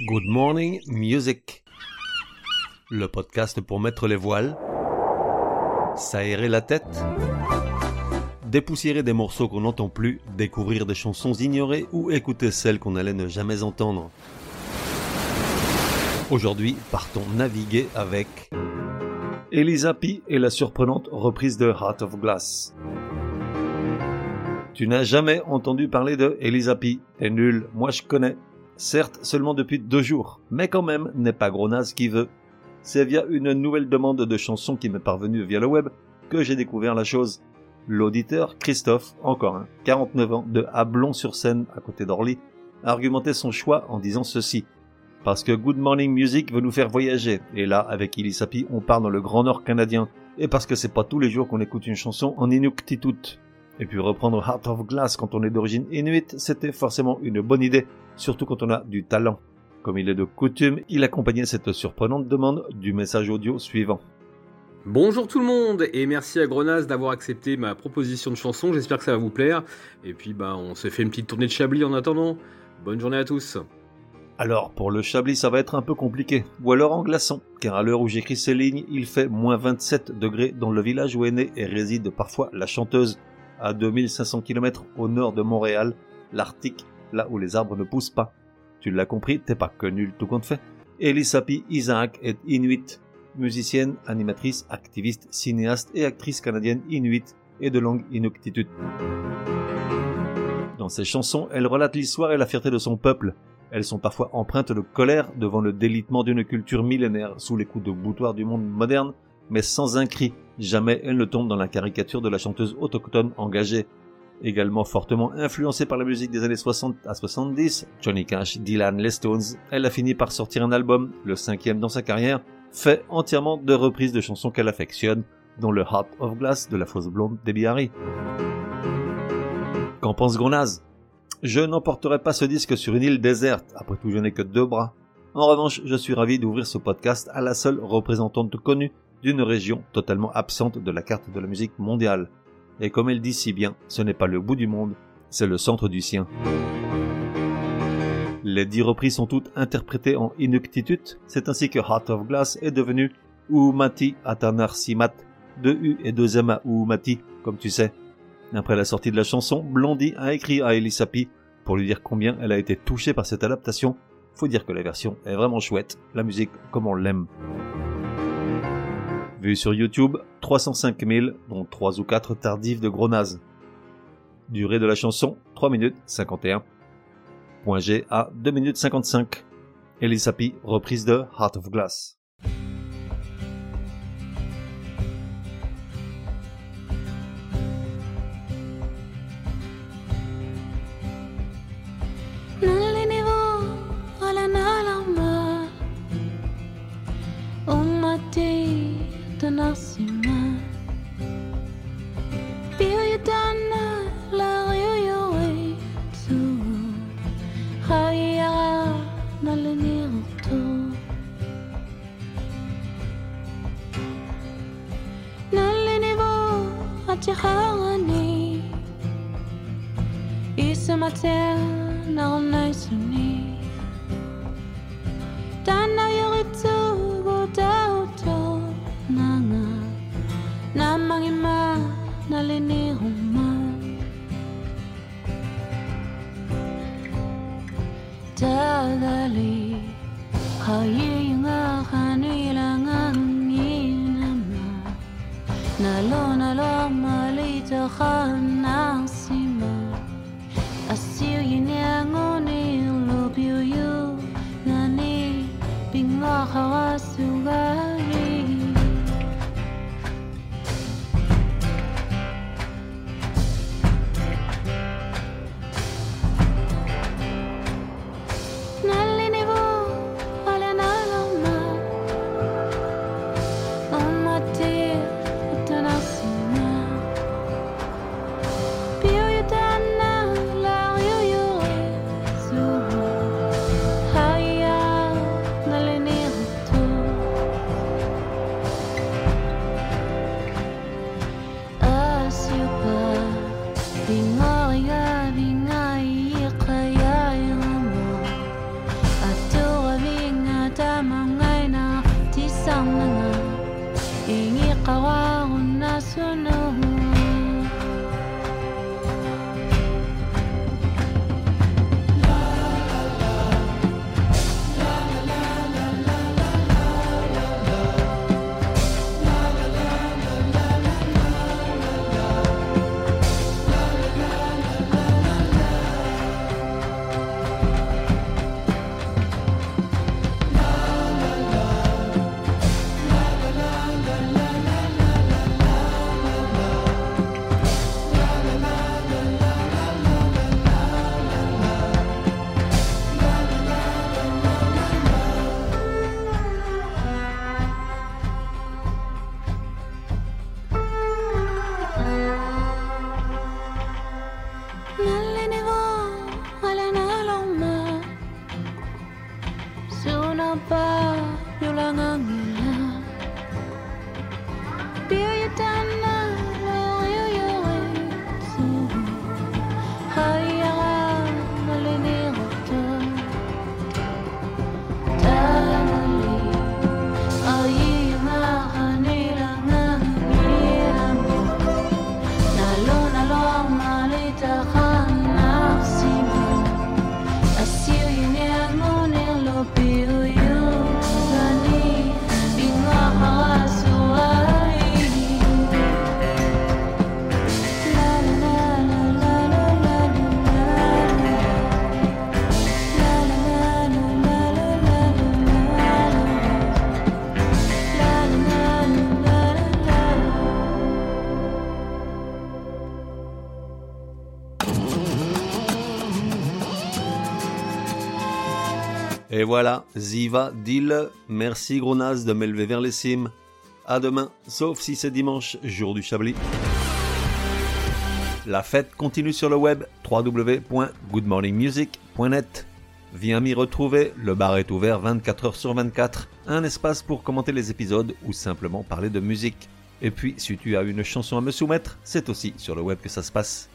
Good Morning Music, le podcast pour mettre les voiles, s'aérer la tête, dépoussiérer des morceaux qu'on n'entend plus, découvrir des chansons ignorées ou écouter celles qu'on allait ne jamais entendre. Aujourd'hui, partons naviguer avec Elisa P et la surprenante reprise de Heart of Glass. Tu n'as jamais entendu parler de Elisa P, t'es nul, moi je connais. Certes, seulement depuis 2 jours, mais quand même, n'est pas gros naze qui veut. C'est via une nouvelle demande de chanson qui m'est parvenue via le web que j'ai découvert la chose. L'auditeur Christophe, encore un, 49 ans, de Ablon-sur-Seine, à côté d'Orly, a argumenté son choix en disant ceci. Parce que Good Morning Music veut nous faire voyager, et là, avec Elisa P, on part dans le Grand Nord canadien, et parce que c'est pas tous les jours qu'on écoute une chanson en Inuktitut. Et puis reprendre Heart of Glass quand on est d'origine inuit, c'était forcément une bonne idée, surtout quand on a du talent. Comme il est de coutume, il accompagnait cette surprenante demande du message audio suivant. Bonjour tout le monde et merci à Grenaz d'avoir accepté ma proposition de chanson, j'espère que ça va vous plaire. Et puis on se fait une petite tournée de Chablis en attendant. Bonne journée à tous. Alors pour le Chablis ça va être un peu compliqué, ou alors en glaçon, car à l'heure où j'écris ces lignes, il fait moins 27 degrés dans le village où est née et réside parfois la chanteuse. À 2500 km au nord de Montréal, l'Arctique, là où les arbres ne poussent pas. Tu l'as compris, t'es pas que nul tout compte fait. Elisa P. Isaac est inuit, musicienne, animatrice, activiste, cinéaste et actrice canadienne inuit et de langue inuktitut. Dans ses chansons, elle relate l'histoire et la fierté de son peuple. Elles sont parfois empreintes de colère devant le délitement d'une culture millénaire sous les coups de boutoir du monde moderne, mais sans un cri. Jamais elle ne tombe dans la caricature de la chanteuse autochtone engagée. Également fortement influencée par la musique des années 60 à 70, Johnny Cash, Dylan, les Stones, elle a fini par sortir un album, le 5e dans sa carrière, fait entièrement de reprises de chansons qu'elle affectionne, dont le Heart of Glass de la fausse blonde Debbie Harry. Qu'en pense Grenaz ? Je n'emporterai pas ce disque sur une île déserte, après tout je n'ai que 2 bras. En revanche, je suis ravi d'ouvrir ce podcast à la seule représentante connue d'une région totalement absente de la carte de la musique mondiale. Et comme elle dit si bien, ce n'est pas le bout du monde, c'est le centre du sien. Les 10 reprises sont toutes interprétées en inuktitut, c'est ainsi que Heart of Glass est devenu Uumati Atanarsimat, 2 U et 2 M à Uumati, comme tu sais. Après la sortie de la chanson, Blondie a écrit à Elisa P pour lui dire combien elle a été touchée par cette adaptation. Faut dire que la version est vraiment chouette, la musique comme on l'aime. Vu sur YouTube, 305 000, dont 3 ou 4 tardives de gros nazes. Durée de la chanson, 3 minutes 51. Point G à 2 minutes 55. Elisa P, reprise de Heart of Glass. Nasima Biodana la Rioe tu Haya Nalenirto Nalenivo Atihani Isamater Naronaisuni Dana Yorito Bodauto Nanga Namangima Naleniruma Tadali Hayinga Hanuilanganginama Nalo Malita Hanasima Asiyinangoni Lobiu Nani Binga Hawasugari pa yulang ang ila Biya tana lo yo so Haya malinero to Tamali Ayi mahanila ngangira Nalo malita khanafsimo Asiyo yun lo piyo gani Binga hawasuay La la la la la la la La la la la la la la La la la la Et voilà, Ziva, Dil, merci Gros Naz de m'élever vers les cimes. À demain, sauf si c'est dimanche, jour du Chablis. La fête continue sur le web, www.goodmorningmusic.net. Viens m'y retrouver, le bar est ouvert 24h/24, un espace pour commenter les épisodes ou simplement parler de musique. Et puis, si tu as une chanson à me soumettre, c'est aussi sur le web que ça se passe.